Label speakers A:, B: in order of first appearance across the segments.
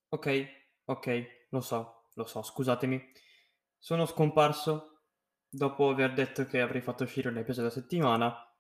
A: Okay, okay, lo so, scusatemi. Sono scomparso dopo aver detto che avrei fatto uscire un episodio a settimana,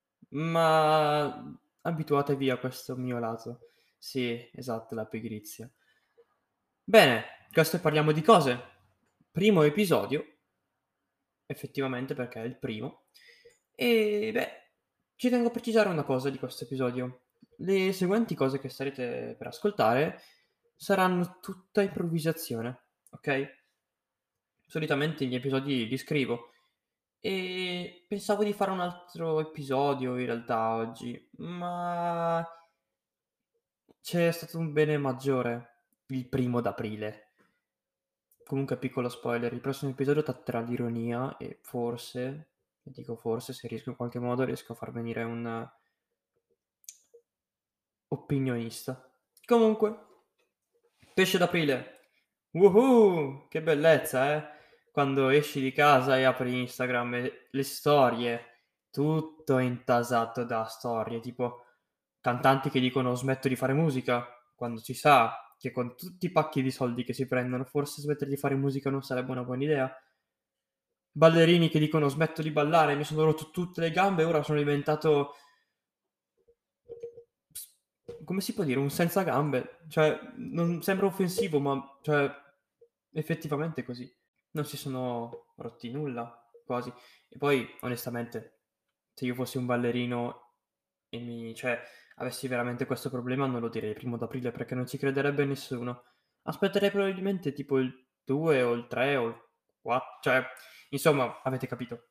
A: ma abituatevi a questo mio lato. Sì, esatto, la pigrizia. Bene, questo parliamo di cose. Primo episodio, effettivamente perché è il primo. E beh, ci tengo a precisare una cosa di questo episodio. Le seguenti cose che starete per ascoltare saranno tutta improvvisazione, okay? Solitamente gli episodi li scrivo e pensavo di fare un altro episodio in realtà oggi, ma c'è stato un bene maggiore il primo d'aprile. Comunque piccolo spoiler, il prossimo episodio tratterà l'ironia e forse, e dico forse, se riesco in qualche modo riesco a far venire un opinionista. Comunque, pesce d'aprile. Woohoo! Che bellezza, eh? Quando esci di casa e apri Instagram e le storie, tutto intasato da storie, tipo cantanti che dicono smetto di fare musica, quando si sa che con tutti i pacchi di soldi che si prendono forse smettere di fare musica non sarebbe una buona idea. Ballerini che dicono smetto di ballare, mi sono rotto tutte le gambe e ora sono diventato come si può dire, un senza gambe. Cioè, non sembra offensivo, ma cioè, effettivamente è così. Non si sono rotti nulla, quasi. E poi, onestamente, se io fossi un ballerino e avessi veramente questo problema, non lo direi il primo d'aprile perché non ci crederebbe nessuno. Aspetterei probabilmente tipo il 2 o il 3 o il 4, cioè, insomma, avete capito.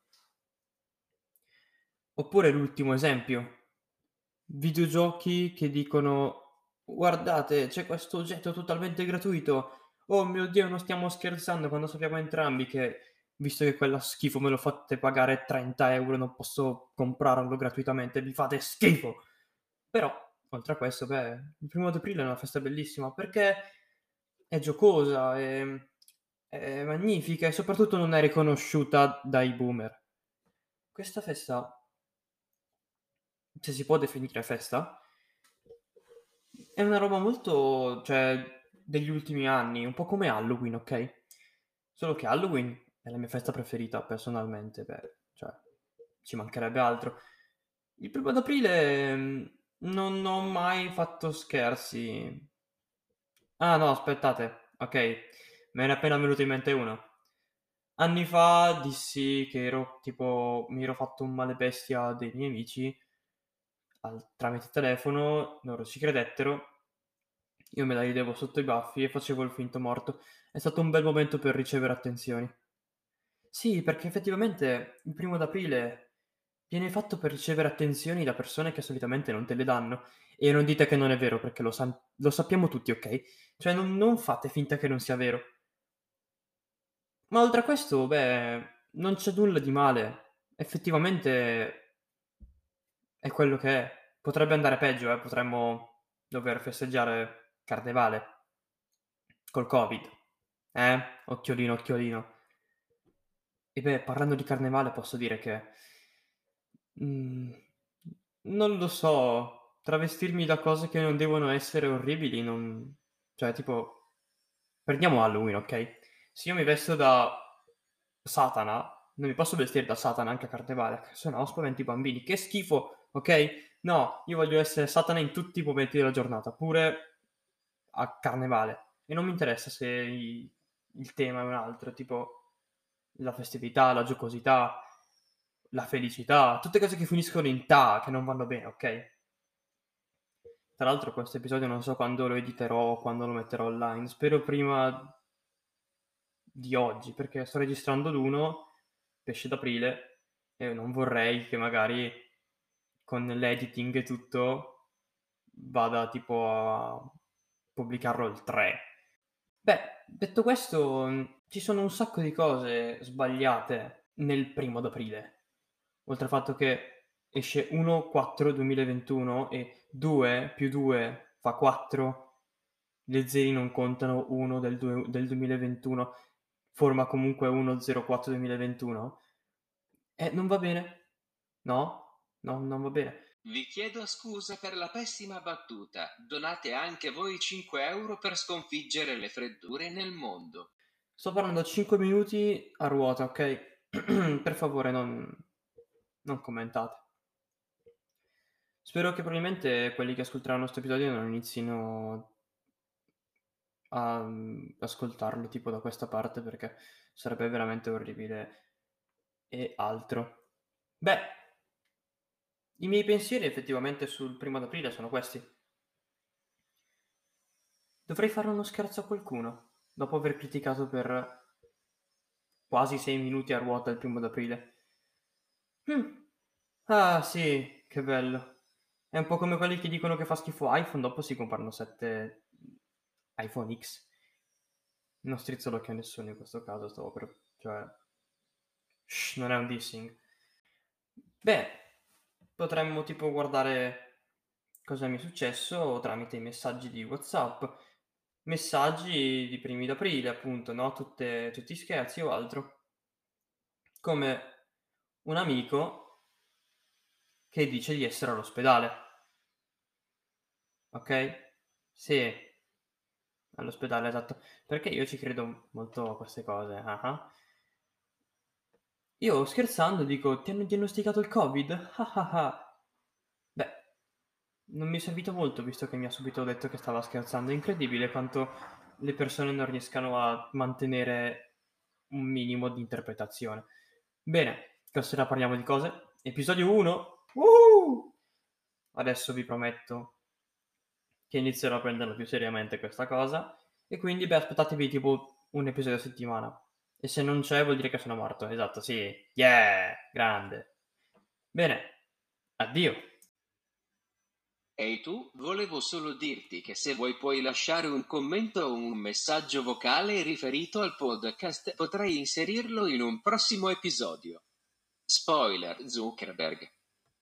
A: Oppure l'ultimo esempio. Videogiochi che dicono: "Guardate, c'è questo oggetto totalmente gratuito. Oh mio Dio, non stiamo scherzando", quando sappiamo entrambi che, visto che quella schifo me lo fate pagare 30 € non posso comprarlo gratuitamente, mi fate schifo. Però, oltre a questo, beh, il primo d'aprile è una festa bellissima perché è giocosa, è magnifica e soprattutto non è riconosciuta dai boomer. Questa festa, se si può definire festa, è una roba molto degli ultimi anni, un po' come Halloween, okay, solo che Halloween è la mia festa preferita personalmente, beh, ci mancherebbe altro. Il primo d'aprile, non ho mai fatto scherzi. Ah no, aspettate, okay, me n'è appena venuto in mente uno. Anni fa dissi che ero tipo mi ero fatto un male bestia a dei miei amici tramite telefono, loro ci credettero, io me la ridevo sotto i baffi e facevo il finto morto. È stato un bel momento per ricevere attenzioni. Sì, perché effettivamente il primo d'aprile viene fatto per ricevere attenzioni da persone che solitamente non te le danno. E non dite che non è vero, perché lo sappiamo tutti, okay? Cioè non fate finta che non sia vero. Ma oltre a questo, beh, non c'è nulla di male. Effettivamente è quello che è. Potrebbe andare peggio, potremmo dover festeggiare Carnevale col Covid. Occhiolino, occhiolino. E beh, parlando di Carnevale posso dire che, mhmm, non lo so, travestirmi da cose che non devono essere orribili non tipo prendiamo Halloween, okay, se io mi vesto da Satana, non mi posso vestire da Satana anche a Carnevale, che se no spavento i bambini. Che schifo, okay? No, io voglio essere Satana in tutti i momenti della giornata, pure a Carnevale. E non mi interessa se il tema è un altro, tipo la festività, la giocosità, la felicità, tutte cose che finiscono in "ta", che non vanno bene, okay? Tra l'altro questo episodio non so quando lo editerò o quando lo metterò online. Spero prima di oggi, perché sto registrando l'1, pesce d'aprile, e non vorrei che magari con l'editing e tutto vada tipo a pubblicarlo il 3. Beh, detto questo, ci sono un sacco di cose sbagliate nel primo d'aprile. Oltre al fatto che esce 1/4/2021 e 2 più 2 fa 4, gli zeri non contano 1 del 2021, forma comunque 1/04/2021. Non va bene. No, no, non va bene.
B: Vi chiedo scusa per la pessima battuta. Donate anche voi 5 euro per sconfiggere le freddure nel mondo.
A: Sto parlando 5 minuti a ruota, ok? Per favore non commentate. Spero che probabilmente quelli che ascolteranno 'sto episodio non inizino a, ascoltarlo tipo da questa parte, perché sarebbe veramente orribile e altro. Beh, i miei pensieri effettivamente sul 1° d'aprile sono questi. Dovrei fare uno scherzo a qualcuno, dopo aver criticato per quasi 6 minuti a ruota il 1° d'aprile. Ah sì, che bello. È un po' come quelli che dicono che fa schifo iPhone, dopo si comprano 7 iPhone X. Non strizzo l'occhio a nessuno in questo caso, stavo per cioè non è un dissing. Beh, potremmo tipo guardare cosa mi è successo tramite i messaggi di WhatsApp. Messaggi di primi d'aprile, appunto, no, tutti scherzi o altro. Come un amico che dice di essere all'ospedale. Okay? Sì, all'ospedale, esatto. Perché io ci credo molto a queste cose. Ah-ah. Io scherzando dico: "Ti hanno diagnosticato il Covid?" Ah, ah, ah. Beh, non mi è servito molto visto che mi ha subito detto che stava scherzando. È incredibile quanto le persone non riescano a mantenere un minimo di interpretazione. Bene, stasera parliamo di cosa? Episodio 1. Adesso vi prometto che inizierò a prenderla più seriamente questa cosa e quindi beh, aspettatevi tipo un episodio a settimana. E se non c'è vuol dire che sono morto. Esatto, sì. Yeah, grande. Bene, addio.
B: Ehi tu, volevo solo dirti che se vuoi puoi lasciare un commento o un messaggio vocale riferito al podcast, potrei inserirlo in un prossimo episodio. Spoiler, Zuckerberg.